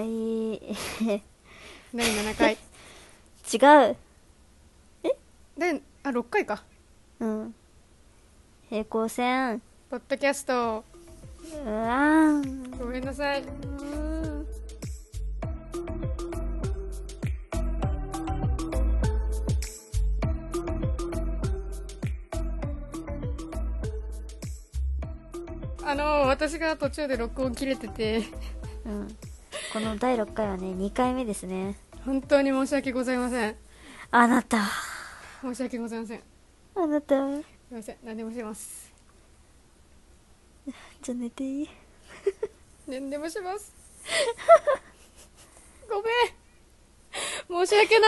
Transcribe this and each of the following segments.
第7回違う。 6回か。 平行線。 ポッドキャスト。 うわー。 ごめんなさい。私が途中で録音切れててこの第6回はね、2回目ですね。 本当に申し訳ございません。 あなた。 申し訳ございません。 あなた。 すいません、何でもします。 じゃあ寝ていい？ 何でもします。ごめん、申し訳ない。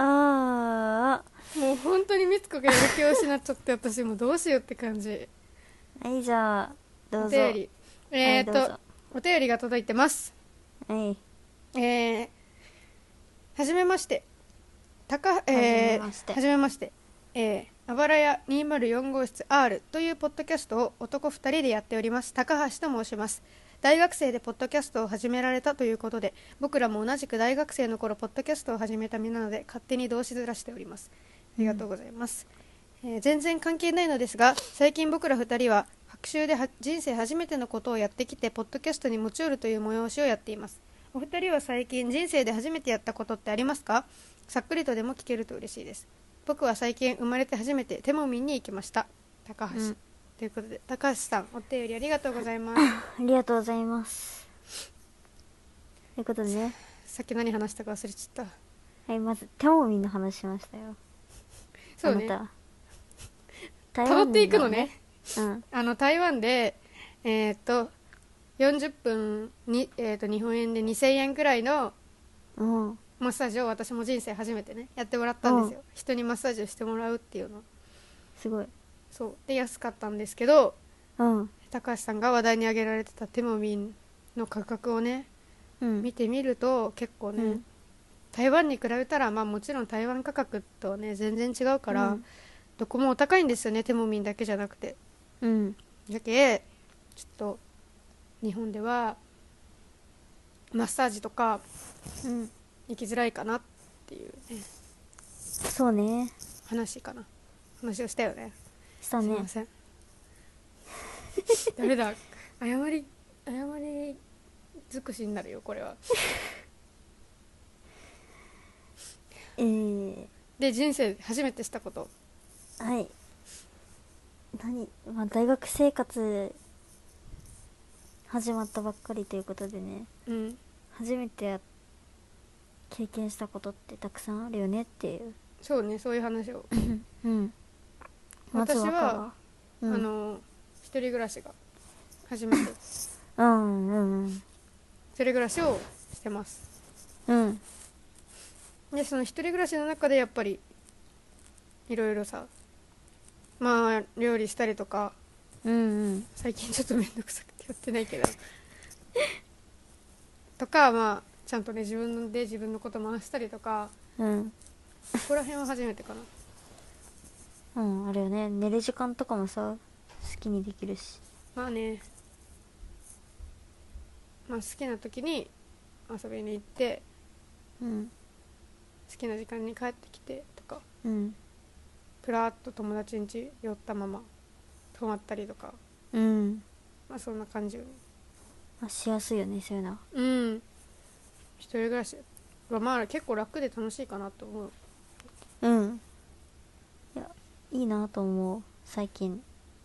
もう本当にみつこがやる気を失っちゃって私もうどうしようって感じ。 はい、じゃあどうぞ。 お便りどうぞ。 お便りが届いてます。 はい。 はじめまして。はじめまして。あばらや204号室 R というポッドキャストを男2人でやっております高橋と申します。大学生でポッドキャストを始められたということで、僕らも同じく大学生の頃ポッドキャストを始めた身なので勝手に同志面しております。ありがとうございます。全然関係ないのですが、最近僕ら2人は学習で人生初めてのことをやってきてポッドキャストに持ち寄るという催しをやっています。お二人は最近人生で初めてやったことってありますか？さっくりとでも聞けると嬉しいです。僕は最近生まれて初めてテモミンに行きました。高橋、ということで高橋さん、お便りありがとうございます。 ありがとうございます。ということでね、 さっき何話したか忘れちゃった。 はい、まずテモミンの話しましたよ。 そうね、 あなた辿っていくのね。台湾で40分に、日本円で2000円くらいのマッサージを私も人生初めてねやってもらったんですよ。人にマッサージをしてもらうっていうのすごい。 そうで安かったんですけど、高橋さんが話題に挙げられてたテモミンの価格をね、見てみると結構ね、台湾に比べたら、まあもちろん台湾価格とね全然違うから、どこもお高いんですよね。テモミンだけじゃなくて、だけちょっと日本ではマッサージとか、行きづらいかなっていうね、 そうね、 話をしたよね。 したね。 すいませんダメだ、謝り尽くしになるよこれは。で人生初めてしたこと、 はい、大学生活始まったばっかりということでね、初めて経験したことってたくさんあるよねっていう。 そうね、そういう話を私は一人暮らしが初めて一人暮らしをしてます。でその一人暮らしの中でやっぱりいろいろさ、まあ料理したりとか、最近ちょっと面倒くさくてやってないけどとか、まあちゃんとね自分のこと回したりとか、ここら辺は初めてかな。 あれよね、寝る時間とかもさ好きにできるし。 まあね、まあ好きな時に遊びに行って、好きな時間に帰ってきてとか、プラーっと友達ん家寄ったまま泊まったりとか、まあそんな感じよね。 しやすいよね、そういうのは。 一人暮らしはまあ結構楽で楽しいかなと思う。 いや、いいなと思う。最近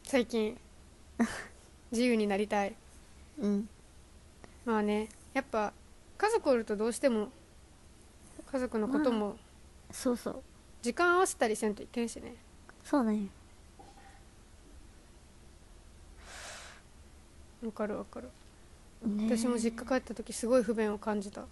自由になりたい。まあね、やっぱ家族おるとどうしても家族のことも、 そうそう、 時間合わせたりせんといけんしね。 そうね。 わかる、私も実家帰った時すごい不便を感じた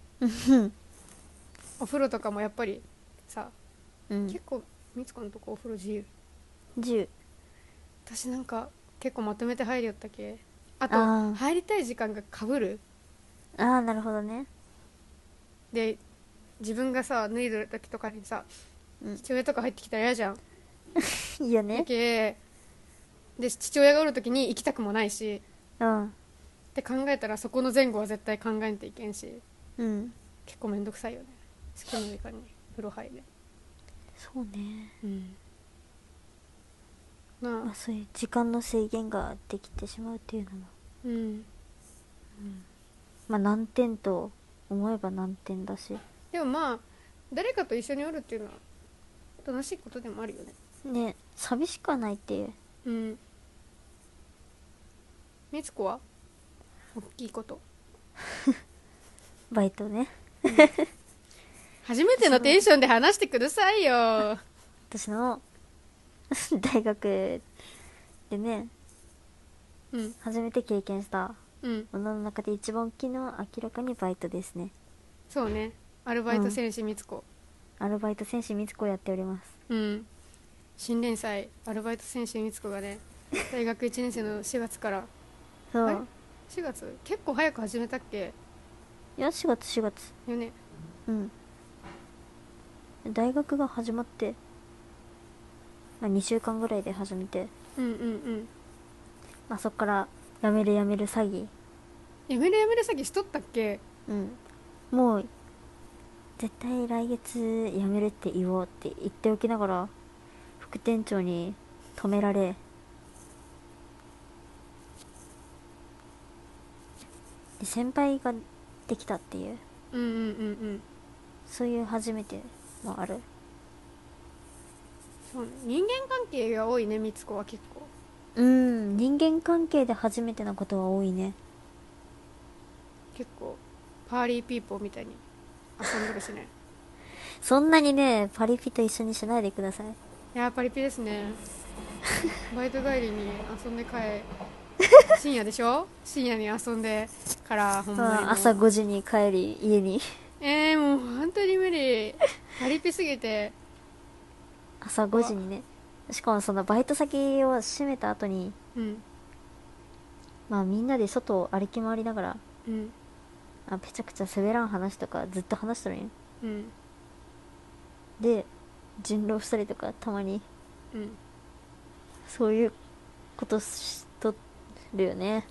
お風呂とかもやっぱりさ、結構みつこのとこお風呂自由。私なんか結構まとめて入りよったけ。あと入りたい時間がかぶる。 なるほどね。 で自分がさ脱いでる時とかにさ、父親とか入ってきたら嫌じゃん。 いいよね。 で父親がおる時に行きたくもないし、 って考えたらそこの前後は絶対考えんといけんし、 うん、 結構めんどくさいよね。好きな時間に風呂入れ。 そうね。 まあそういう時間の制限ができてしまうっていうのも、まあ難点と思えば難点だし、 でもまあ誰かと一緒におるっていうのは楽しいことでもあるよね。 ね、寂しくはないっていう。 みつこは大きいことバイトね、 初めてのテンションで話してくださいよ。 私の大学でね、初めて経験したものの中で一番大きいのは明らかにバイトですね。 そうね、アルバイト戦士みつこ、 アルバイト戦士みつこやっております。 新連載アルバイト戦士みつこがね、大学1年生の4月からそう 4月結構早く始めたっけ。 いや4月よね。大学が始まって、2週間ぐらいで始めて、そっからやめる詐欺詐欺しとったっけ。 もう絶対来月やめるって言おうって言っておきながら副店長に止められ、で先輩ができたっていう、そういう初めてもある。 そうね、人間関係が多いね、みつこは結構。 人間関係で初めてのことは多いね。 結構パーリーピーポーみたいに遊んでるしね。 そんなにねパリピと一緒にしないでください。いやパリピですね。バイト帰りに遊んで深夜でしょ、深夜に遊んでからほんまに朝5時に帰り家にもう本当に無理、パリピすぎて。 朝5時にね、しかもそのバイト先を閉めた後に、みんなで外を歩き回りながら、ぺちゃくちゃ滑らん話とかずっと話しとるんよ。で人狼したりとかたまに、そういうことしとるよね。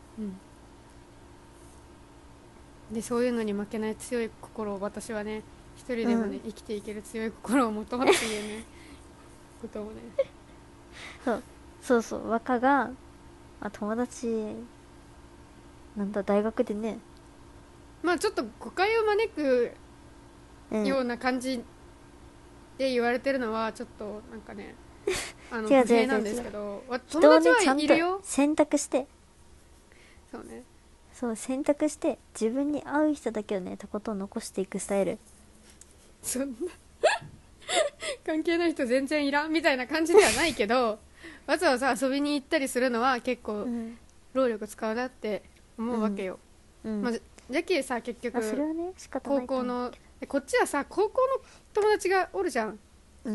でそういうのに負けない強い心を私はね、一人でもね、生きていける強い心を持とうっていうねことをね。 そう若が友達なんだ大学でね、 ちょっと誤解を招くような感じで言われてるのはちょっとなんかね不平なんですけど、友達はいるよ。 選択して、 そうね、 選択して自分に合う人だけをねとことん残していくスタイル。 そんな関係ない人全然いらんみたいな感じではないけどわざわざ遊びに行ったりするのは結構労力使うなって思うわけよ。じゃけさ結局それはね仕方ない高校のこっちはさ高校の友達がおるじゃん。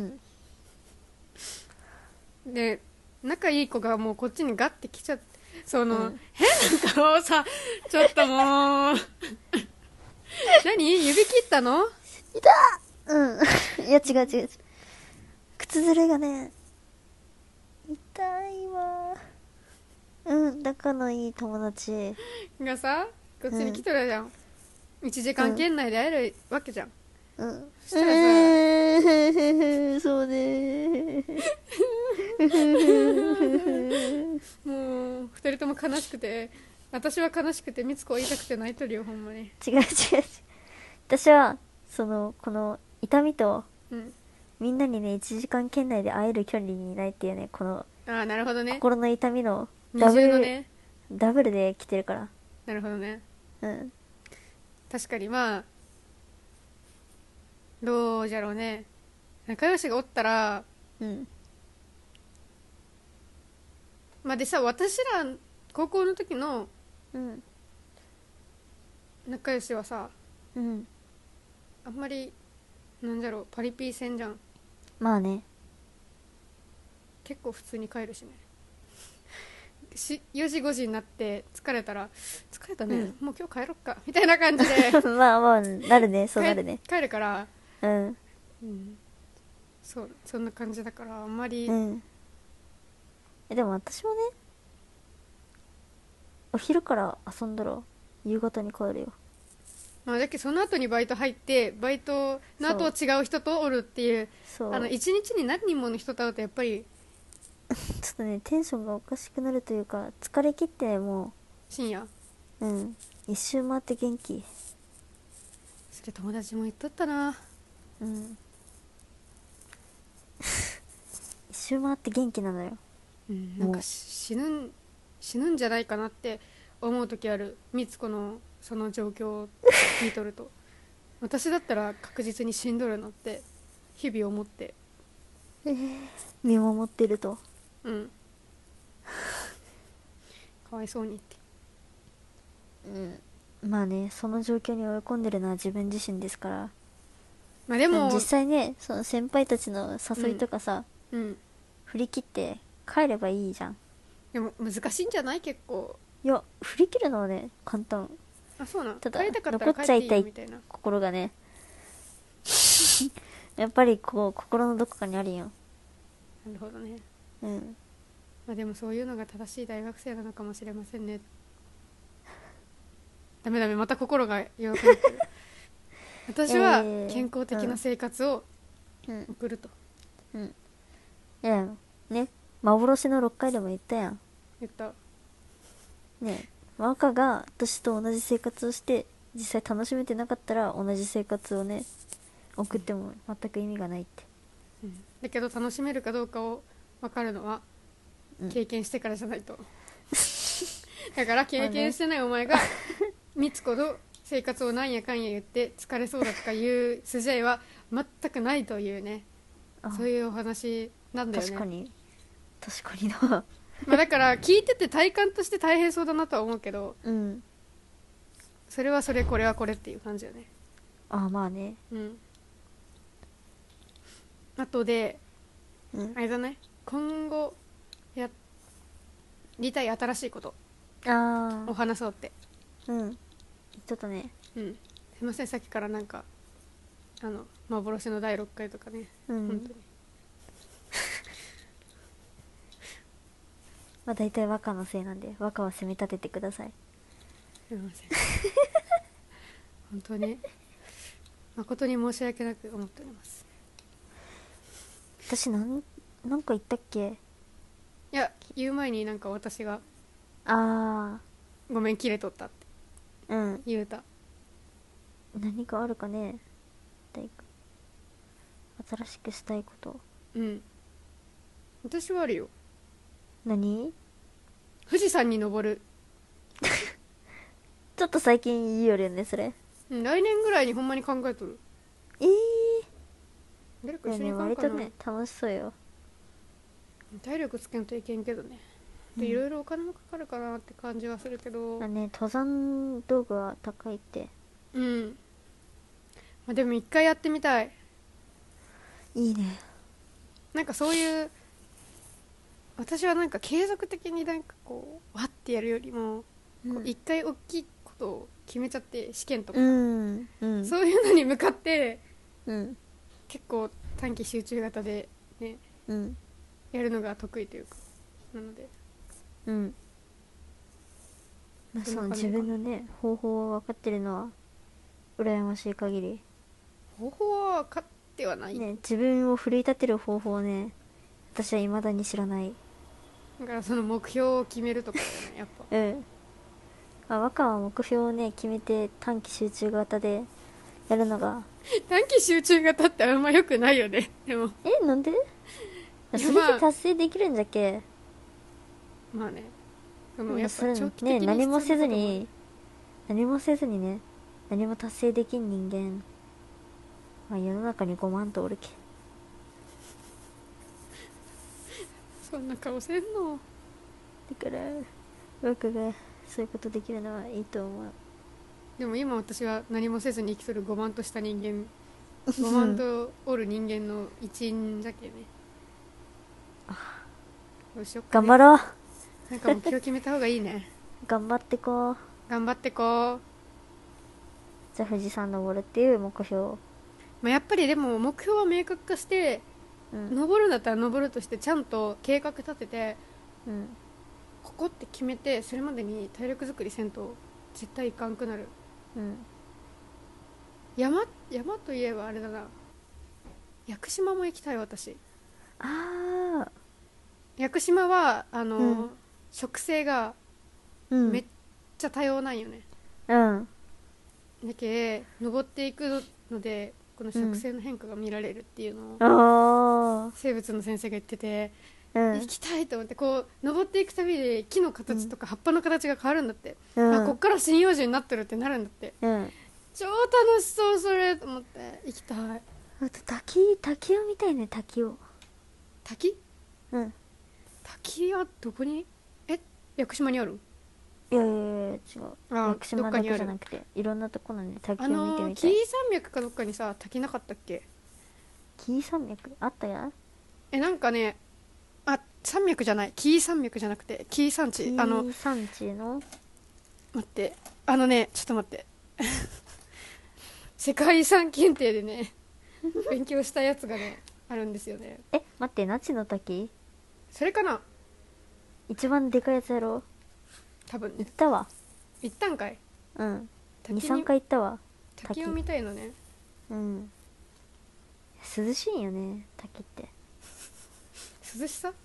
で仲いい子がもうこっちにガッて来ちゃって、変な顔をさちょっともう何指切ったの。 痛っ。いや違う靴ずれがね痛いわ。仲のいい友達がさこっちに来とるじゃん、1時間圏内で会えるわけじゃん。そしたらさそうねもう2人とも悲しくて、私は悲しくてみつこは痛くて泣いとるよほんまに。 違う私はこの痛みと、みんなにね1時間圏内で会える距離にいないっていうね、このなるほどね、 心の痛みの二重のねダブルで来てるから。 なるほどね。確かにどうじゃろうね、仲良しがおったらでさ、私ら高校の時の仲良しはさ、あんまりなんじゃろうパリピー戦じゃん。 ね結構普通に帰るしね4時5時になって疲れたら疲れたね、もう今日帰ろっかみたいな感じでなるね、そうなるね。 帰るからそんな感じだからあんまり、 でも私もねお昼から遊んだら夕方に帰るよ。 まあ、だけどその後にバイト入ってバイトの後は違う人とおるっていう、一日に何人もの人と会うとやっぱりちょっとねテンションがおかしくなるというか、疲れ切っても深夜一周回って元気。 それ友達も言っとったな。 一周回って元気なのよ。 なんか死ぬんじゃないかなって思う時ある。みつこのその状況を聞いとると私だったら確実に死んどるなって日々思って、 見守ってると。 かわいそうにって。 まあね、その状況に追い込んでるのは自分自身ですから。 まあでも実際ね、その先輩たちの誘いとかさ、振り切って帰ればいいじゃん。 でも難しいんじゃない？結構。 いや、振り切るのはね簡単。 あ、そうなん。 ただ帰りたかった残っちゃいたいみたいな心がねやっぱりこう心のどこかにあるよ。 なるほどね。まあでもそういうのが正しい大学生なのかもしれませんね。ダメまた心が弱くなってる私は健康的な生活を送ると。 いやね、幻の6回でも言ったやん。 言ったね。若が私と同じ生活をして実際楽しめてなかったら同じ生活をね送っても全く意味がないって、 だけど楽しめるかどうかを分かるのは経験してからじゃないと、だから経験してないお前がみつこと生活をなんやかんや言って疲れそうだとかいう筋合いは全くないというね、そういうお話なんだよね。 確かになまあだから聞いてて体感として大変そうだなとは思うけど、それはそれこれはこれっていう感じよね。 まあね。 あとで、あれだね、今後やりたい新しいことを話そうって言っとったね。 すいません、さっきからなんか幻の第6回とかね、本当にまあ大体若のせいなんで若は責め立ててください。 すいません本当に誠に申し訳なく思っております。 私なんか言ったっけ？ いや、言う前になんか私がごめん切れとったって言うた。 何かあるかね。新しくしたいこと。 私はあるよ。 何？ 富士山に登るちょっと最近いいよねそれ。 来年ぐらいにほんまに考えとる。誰か一緒に行かんかな。 割とね楽しそうよ。 体力つけんといけんけどね。いろいろお金もかかるかなって感じはするけど登山道具は高いって。 まあ、でも一回やってみたい。 いいね。 なんかそういう私はなんか継続的になんかこうわってやるよりも一回大きいことを決めちゃって試験とか、そういうのに向かって結構短期集中型でね、やるのが得意というかなので、 その自分のね方法を分かってるのは羨ましい限り。 方法は分かってはないね。自分を奮い立てる方法をね私は未だに知らない。 だからその目標を決めるとかだね、やっぱ若は目標をね決めて短期集中型でやるのが短期集中型ってあんま良くないよね。でもなんで？それで達成できるんじゃけ。 まあね、 やっぱ長期的に何もせずにね何も達成できん人間、まあ、世の中に5万とおるけ。 そんな顔せんの。 だから僕がそういうことできるのはいいと思う。 でも今私は何もせずに生きとる5万とした人間5万とおる人間の一員だけね。どうしよっか、ね、 頑張ろう。 なんか目標決めた方がいいね頑張ってこう。 頑張ってこう。 じゃあ富士山登るっていう目標、 やっぱりでも目標は明確化して、登るんだったら登るとしてちゃんと計画立てて、 ここって決めてそれまでに体力作りせんと絶対いかんくなる。山といえばあれだな、屋久島も行きたい私。 ああ、 屋久島は植生がめっめちゃ多様なんよね。だけ登っていくのでこの植生の変化が見られるっていうのを生物の先生が言ってて、行きたいと思って、こう登っていくたびで木の形とか葉っぱの形が変わるんだって、あ、こっから針葉樹になってるってなるんだって、超楽しそうそれと思って行きたい。 あと滝を見たいね。滝はどこに？屋久島にある？ いや違う。屋久島だけじゃなくていろんなところで滝を見てみたい。 紀伊山脈かどっかにさ滝なかったっけ？ 紀伊山脈あったや。 なんかね、山脈じゃない、紀伊山脈じゃなくて紀伊山地。 紀伊山地の待って、ちょっと待って世界遺産検定でね勉強したやつがねあるんですよね。 待って、那智の滝それかな、 一番でかいやつやろ。 多分ね。 行ったわ。 行ったんかい。 23回行ったわ。 滝を見たいのね。 涼しいよね滝って。 涼しさ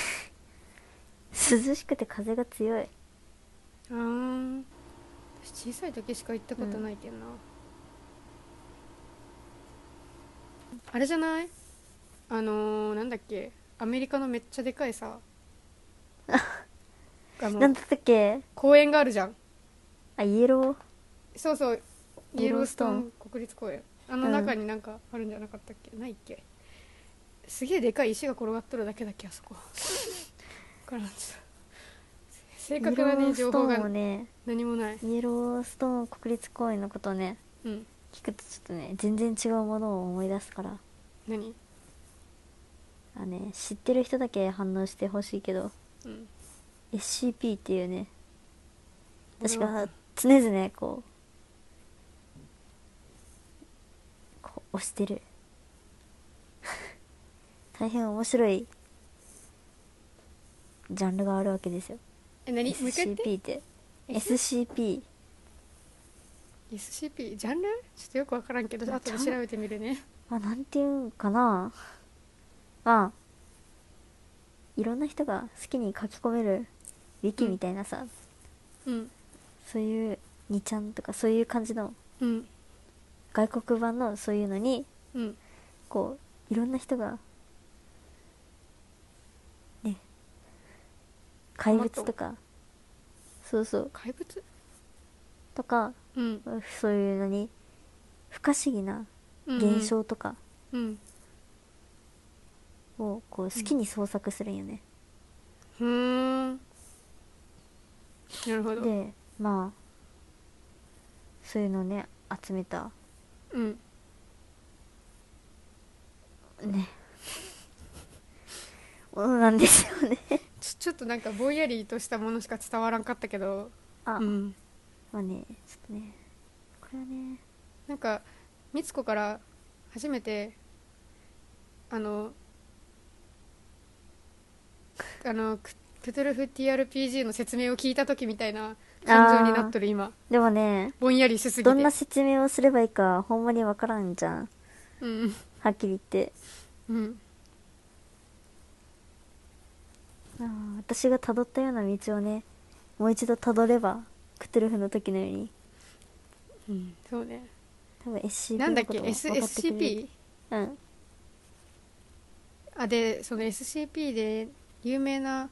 涼しくて風が強い。 私小さい時しか行ったことないけんな。あれじゃない？なんだっけ、アメリカのめっちゃでかいさなんだったっけ、 公園があるじゃん。 イエロー、 そうそう、イエローストーン国立公園。中になんかあるんじゃなかったっけ、ないっけ。すげえでかい石が転がっとるだけだっけ、あそこからん、正確なね情報が何もない。 イエローストーン国立公園のことをね、聞くとちょっとね全然違うものを思い出すから。 何？ 知ってる人だけ反応してほしいけど、SCP っていうね、確か常々こう押してる大変面白いジャンルがあるわけですよ。 何？ SCP って SCP ジャンルちょっとよく分からんけど後で調べてみるね。 なんていうんかな、いろんな人が好きに書き込めるウィキみたいなさ、そういう2ちゃんとかそういう感じの、外国版のそういうのに、こういろんな人がね、怪物とか、 怪物とか、そういうのに不可思議な現象とかをこう好きに創作するんよね。 なるほど。 でそういうのをね集めたものなんですよねちょっとなんかぼんやりとしたものしか伝わらんかったけど、 ちょっとねこれはね、 なんかみつこから初めてクトゥルフ TRPG の説明を聞いた時みたいな感情になっとる今。 でもね、 ぼんやりしすぎてどんな説明をすればいいかほんまに分からんじゃん、はっきり言って。私が辿ったような道をねもう一度辿ればクトゥルフの時のように、 そうね、 多分 SCP なんだっけ、 のこと分かってくれる。 SCP？でその SCP で有名な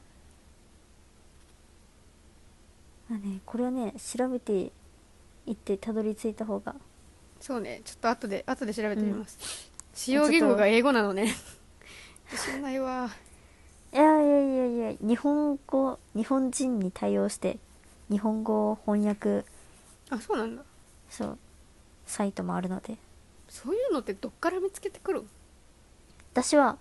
これはね調べていってたどり着いた方が。 そうね、ちょっと後で調べてみます。使用言語が英語なのね自信ないわ。 いや日本人に対応して日本語翻訳、 そうなんだ。 サイトもあるので。 そういうのってどっから見つけてくる？ 私は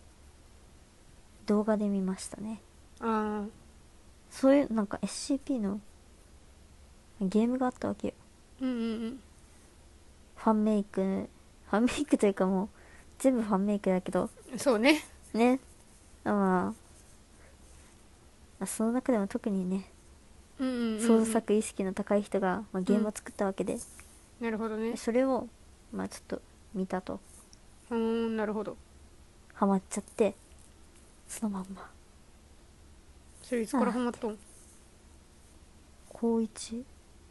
動画で見ましたね。そういうなんか SCP のゲームがあったわけよ。ファンメイクというかもう全部ファンメイクだけど。 そうね。 ね、 その中でも特にね、 うんうんうんうん、 創作意識の高い人が、ゲームを作ったわけで、 なるほどね。 それをちょっと見たと、 なるほど。 ハマっちゃって、そのまんま。 それいつからハマっとん？ 高1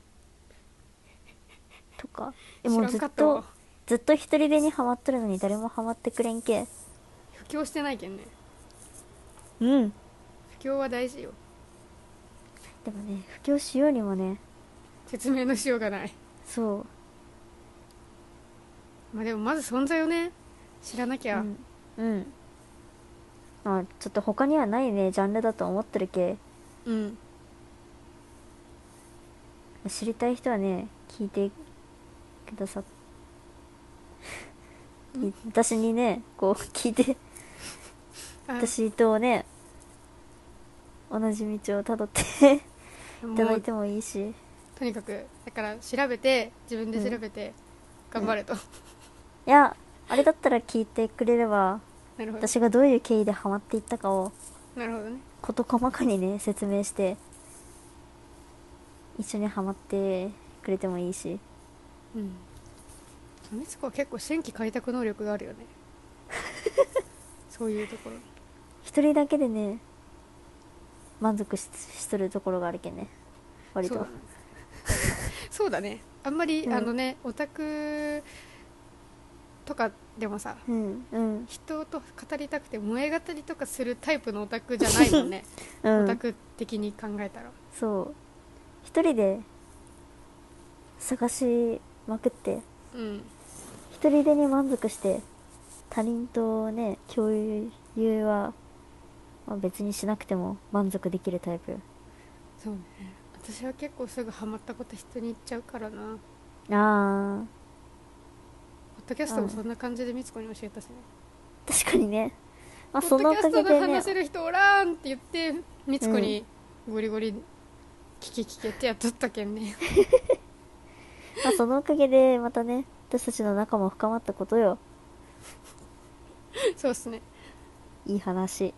とか。 もうずっと一人でにハマっとるのに誰もハマってくれんけ。 布教してないけんね。 うん。 布教は大事よ。 でもね、布教しようにもね、 説明のしようがない。 そう。 でもまず存在をね、知らなきゃ。 うん。ちょっと他にはないね、ジャンルだと思ってるけ。 うん。 知りたい人はね、聞いてくださっ私にね、こう聞いて私とね、同じ道をたどっていただいてもいいし、 とにかくだから調べて、自分で調べて頑張れと、 いや、あれだったら聞いてくれれば、 なるほど、 私がどういう経緯でハマっていったかをなるほどね、 事細かにね説明して一緒にハマってくれてもいいし。 みつこは結構新規開拓能力があるよねそういうところ一人だけでね満足 しとるところがあるけんね、割と。 そうだね、あんまり、オタクとかでもさ、人と語りたくて萌え語りとかするタイプのオタクじゃないもんね、オタク的に考えたら。 そう、一人で探しまくって、一人でに満足して他人とね共有は、別にしなくても満足できるタイプ。 そうね、私は結構すぐハマったこと人に言っちゃうからな。ポッドキャストもそんな感じでみつこに教えたしね。 確かにね、 そのおかげでね、ポッドキャストで話せる人おらんって言ってみつこにゴリゴリ聞けってやっとったけんねそのおかげでまたね、私たちの仲も深まったことよ。 そうっすね、 いい話。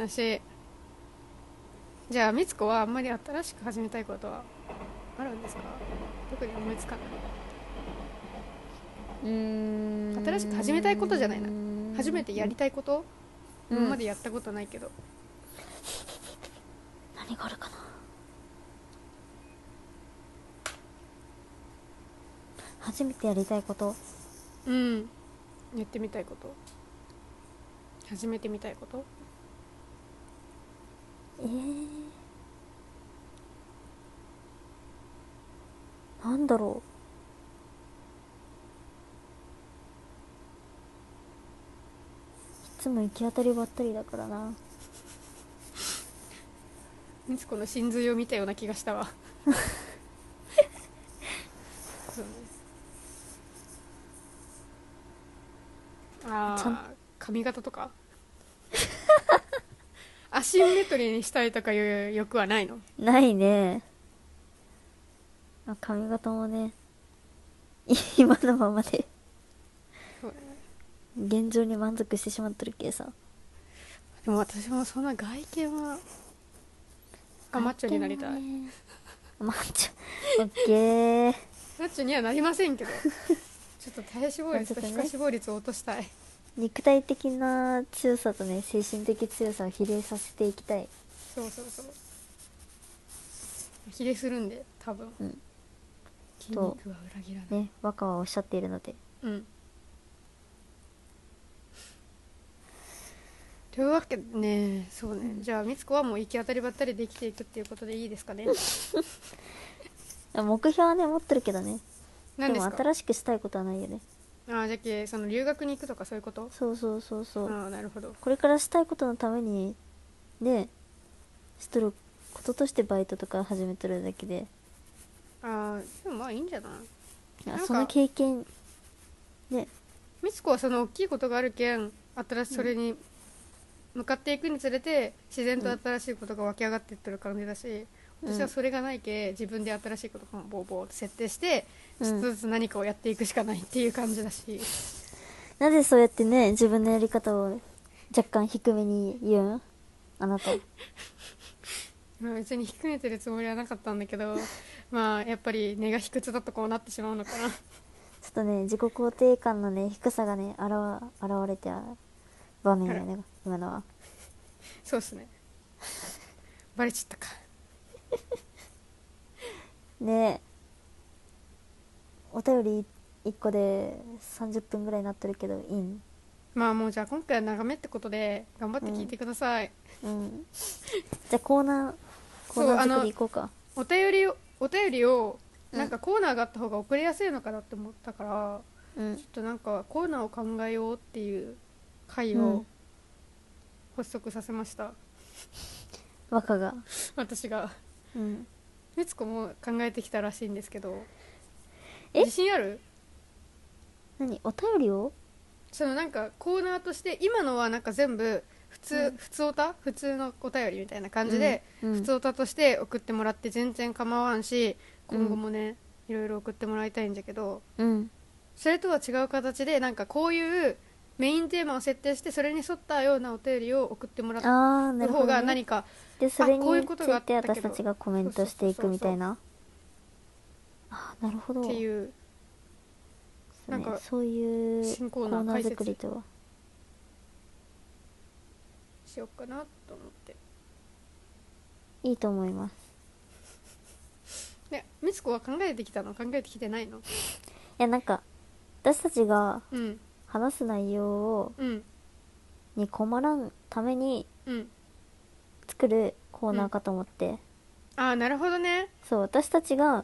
じゃあみつこはあんまり新しく始めたいことはあるんですか？特に思いつかない。新しく始めたいことじゃないな、初めてやりたいこと、今までやったことないけど、 何があるかな。初めてやりたいこと、 やってみたいこと、始めてみたいこと、 なんだろう。いつも行き当たりばったりだからな。 みつこの真髄を見たような気がしたわそうね、髪型とかアシンメトリーにしたいとかいう欲はないの？ ないね。髪型もね今のままでそうだね、 現状に満足してしまってるけさ。 でも私もそんな外見はマッチョになりたい。 マッチョ、オッケー。 マッチョにはなりませんけどちょっと体脂肪率と皮下脂肪率を落としたい。 肉体的な強さとね、精神的強さを比例させていきたい。 そう比例するんで多分、筋肉は裏切らないね、若はおっしゃっているので。 というわけでね、そうね、じゃあみつこはもう行き当たりばったりで生きていくっていうことでいいですかね目標はね持ってるけどね。 何ですか？ でも新しくしたいことはないよね。 じゃけその留学に行くとかそういうこと？ そう。 なるほど。 これからしたいことのためにねしとることとしてバイトとか始めてるだけで。 でもいいんじゃない？ その経験ね。 みつこはその大きいことがあるけん、それに向かっていくにつれて自然と新しいことが湧き上がっていってる感じだし、私はそれがないけ自分で新しいことをボーボーって設定してちょっとずつ何かをやっていくしかないっていう感じだし、 なぜそうやってね自分のやり方を若干低めに言うん？あなたまあ、別に低めてるつもりはなかったんだけどまあやっぱり根が卑屈だとこうなってしまうのかな。 ちょっとね、自己肯定感のね低さがね現れてある場面よね今のは。 そうっすね。バレちゃったか。 ね。お便り1個で30分ぐらいになってるけどいいん？ まあもうじゃあ今回は長めってことで頑張って聞いてください。 うん、じゃあコーナー作りいこうか。 お便りをなんかコーナーがあった方が送りやすいのかなって思ったから、ちょっとなんかコーナーを考えようっていう回を発足させました。 若が私が。みつこも考えてきたらしいんですけど、自信ある？ 何？お便りを？ そのなんかコーナーとして今のはなんか全部普通のお便りみたいな感じで、普通オタとして送ってもらって全然構わんし、今後もね、いろいろ送ってもらいたいんだけど、それとは違う形でなんかこういうメインテーマを設定してそれに沿ったようなお便りを送ってもらった方が何か、 でそれについて私たちがコメントしていくみたいな。あ、なるほどっていう、なんかそういうコーナー作りとはしようかなと思って。 いいと思います。 ね、みつこは考えてきたの？考えてきてないの？いや、なんか私たちが話す内容を、に困らんために作るコーナーかと思って、 ああ、なるほどね。 そう、私たちが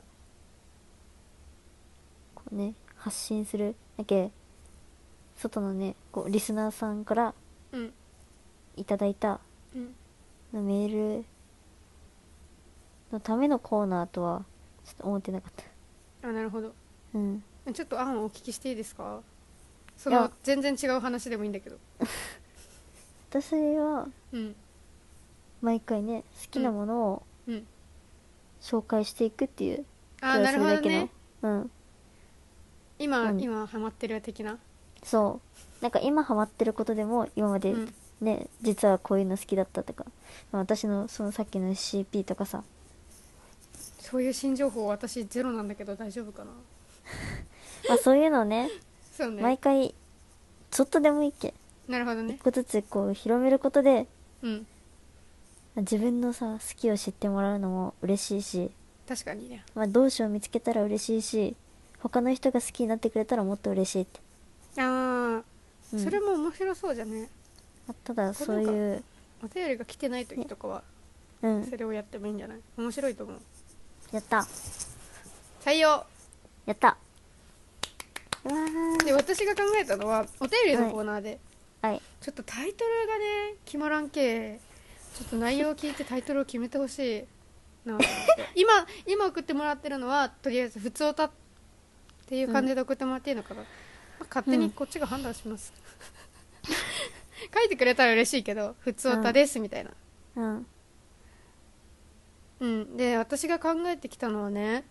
こうね発信するだけ、外のねこうリスナーさんからいただいたメールのためのコーナーとはちょっと思ってなかった。 あ、なるほど。ちょっと案をお聞きしていいですか？その全然違う話でもいいんだけど。 私は毎回ね好きなものを紹介していくっていう、 あ、なるほどね。今ハマってる的な。 そう、なんか今ハマってることでも今までね、実はこういうの好きだったとか、私のそのさっきの SCP とかさ、 そういう新情報私ゼロなんだけど大丈夫かな。 まあそういうのをねそうね、 毎回ちょっとでもいいっけ、 なるほどね、 一個ずつこう広めることで、自分のさ好きを知ってもらうのも嬉しいし、 確かにね、 まあ、同志を見つけたら嬉しいし、他の人が好きになってくれたらもっと嬉しいって。 ああ、それも面白そうじゃね。 ただそういうお便りが来てない時とかは、それをやってもいいんじゃない？面白いと思う。 やった、 採用、 やった。 で、私が考えたのはお便りのコーナーで、ちょっとタイトルがね決まらんけ、ちょっと内容を聞いてタイトルを決めてほしいなと思って今送ってもらってるのはとりあえず普通歌っていう感じで送ってもらっていいのかな、勝手にこっちが判断します、書いてくれたら嬉しいけど、普通歌ですみたいな。で、私が考えてきたのはね、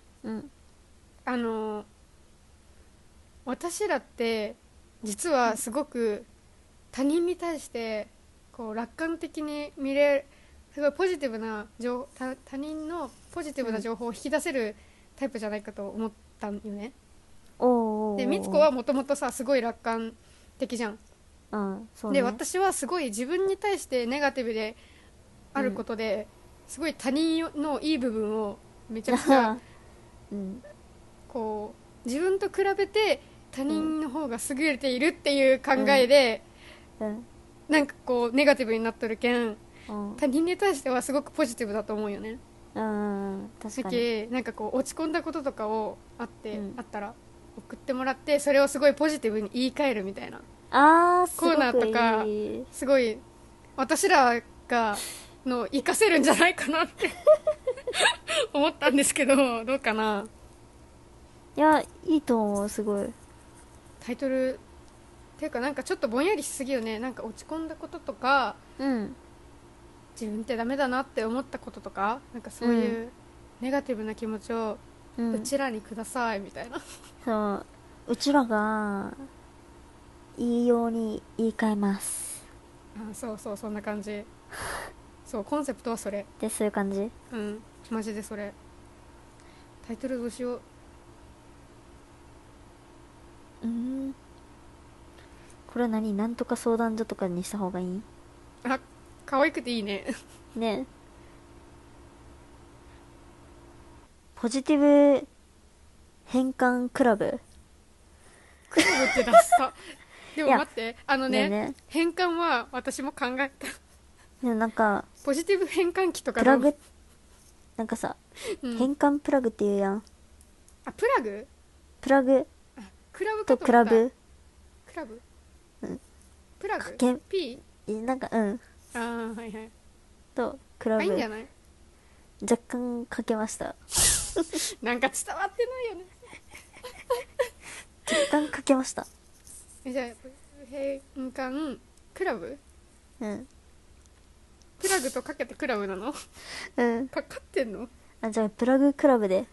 私らって実はすごく他人に対してこう楽観的に見れる、すごいポジティブな他人のポジティブな情報を引き出せるタイプじゃないかと思ったんよね。で、みつこはもともとさすごい楽観的じゃん。そうね、で、私はすごい自分に対してネガティブであることで、すごい他人のいい部分をめちゃくちゃこう自分と比べて他人の方が優れているっていう考えで、なんかこうネガティブになっとるけん、他人に対してはすごくポジティブだと思うよね。確かに。なんかこう落ち込んだこととかをあったら送ってもらって、それをすごいポジティブに言い換えるみたいなコーナーとか、すごい私らが活かせるんじゃないかなって思ったんですけど、どうかな。 いや、いいと思う。すごいタイトルっていうか、なんかちょっとぼんやりしすぎよね。なんか落ち込んだこととか、自分ってダメだなって思ったこととか、なんかそういうネガティブな気持ちをうちらにくださいみたいな、 そう、うちらがいいように言い換えます。 そうそう、そんな感じ。 そうコンセプトはそれでそういう感じ。 うんマジでそれ。タイトルどうしよう。 これは何、なんとか相談所とかにした方がいい？ あ可愛くていいねね。ポジティブ変換クラブ。 クラブって出したでも待ってね変換は私も考えた。 でもなんかポジティブ変換器とかプラグなんかさ、変換プラグって言うやん。 あプラグプラグクラブとクラブ。 クラブうんプラグかけ P なんかああはいはいとクラブいいんじゃない。 若干かけました。 なんか伝わってないよね若干かけました。 じゃあ変換クラブうんプラグとかけてクラブなのかかってんの。 あ、じゃあプラグクラブで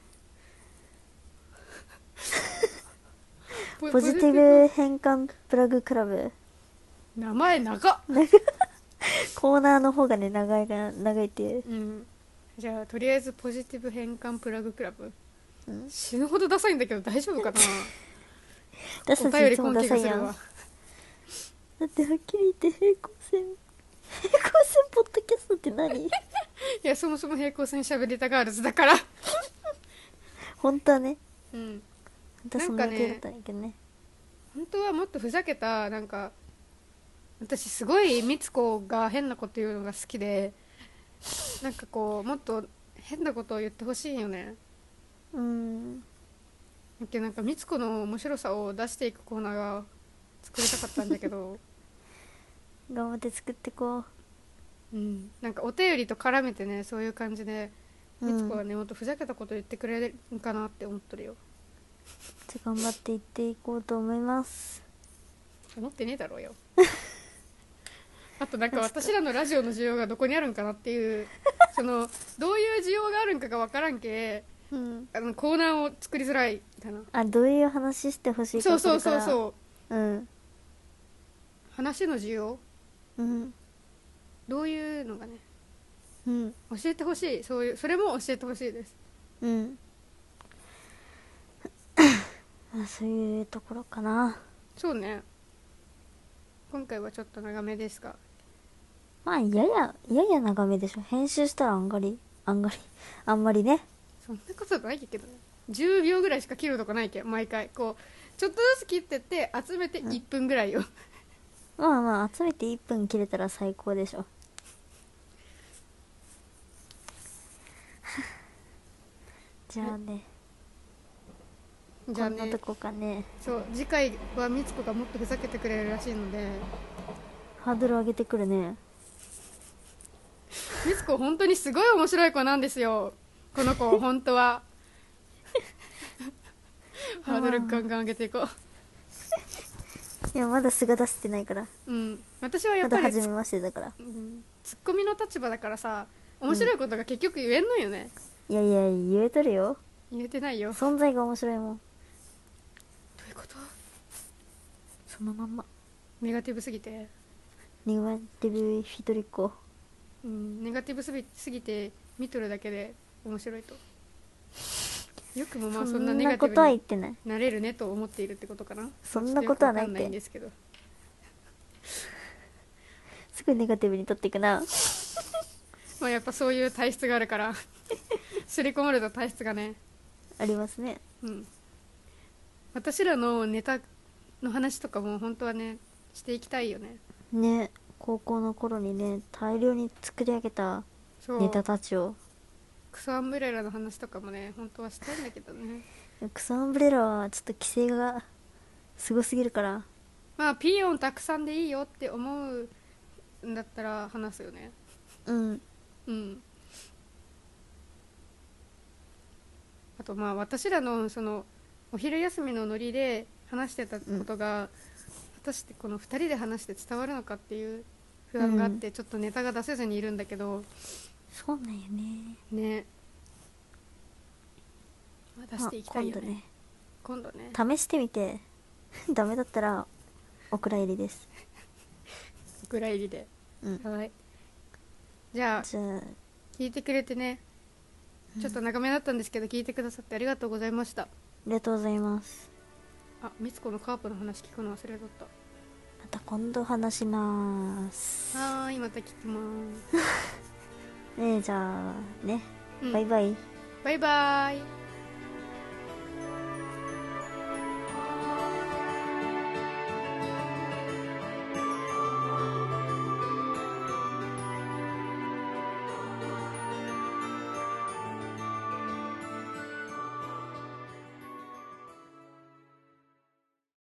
ポジティブ変換プラグクラブ。 名前長っコーナーの方がね長いっていう。 じゃあとりあえずポジティブ変換プラグクラブ、死ぬほどダサいんだけど大丈夫かな私たちいつもダサいやん。だってはっきり言って平行線ポッドキャストって何いやそもそも平行線しゃべりたガールズだから本当はね。 私そんな予定だったんやけどね。 本当はもっとふざけたなんか私すごいみつこが変なこと言うのが好きで、なんかこうもっと変なことを言ってほしいよね。なんかみつこの面白さを出していくコーナーが作りたかったんだけど頑張って作ってこう。なんかお便りと絡めてねそういう感じでみつこはねもっとふざけたこと言ってくれるかなって思ってるよ。 じゃあ頑張っていっていこうと思います。 思ってねえだろうよあとなんか私らのラジオの需要がどこにあるんかなっていうそのどういう需要があるんかが分からんけ、コーナーを作りづらいみたいな。 あ、どういう話してほしいか。 そう話の需要、どういうのがね、教えてほしい。それも教えてほしいです。 そういうところかな。 そうね、今回はちょっと長めですが、 まあやや長めでしょ。編集したらあんまりね。 そんなことないけどね。10秒ぐらいしか切るとこないけん毎回こうちょっとずつ切ってって集めて1分ぐらいよ、 まあ集めて1分切れたら最高でしょじゃあね、こんなとこかね。 そう次回はみつこがもっとふざけてくれるらしいので、 ハードル上げてくるね。 みつこ本当にすごい面白い子なんですよこの子本当はハードルガンガン上げていこういやまだ素が出せてないから。 私はやっぱりまだ初めましてだから、 ツッコミの立場だからさ、面白いことが結局言えんのよね。 いや言えとるよ。 言えてないよ。 存在が面白いもん。 どういうこと？ そのまんまネガティブすぎて、 ネガティブ一人っ子。 ネガティブすぎて見とるだけで面白いと。よくもまあそんなネガティブになれるねと思っているってことかな。 そんなことはないって。 わかんないんですけど、 すぐネガティブに取っていくなまあやっぱそういう体質があるから刷り込まれた体質がねありますね。 私らのネタの話とかも本当はねしていきたいよね。 ね、高校の頃にね大量に作り上げたネタたちを。 クソアンブレラの話とかもね本当はしたいんだけどね。 クソアンブレラはちょっと規制がすごすぎるから、 まあピーヨンたくさんでいいよって思うんだったら話すよね。あとまあ私らのそのお昼休みのノリで話してたことが、果たしてこの2人で話して伝わるのかっていう不安があって、ちょっとネタが出せずにいるんだけど。 そうなんよね。 まあ、出していきたいよね。今度ね試してみてダメだったらお蔵入りです。 お蔵入りで、はい。 じゃあ聞いてくれてね、ちょっと長めだったんですけど、聞いてくださってありがとうございました。 ありがとうございます。 あ、みつこのカープの話聞くの忘れとった。 また今度話します。 はーい、また聞きますねえ、じゃあね、 うん、 バイバイ。 バイバイ。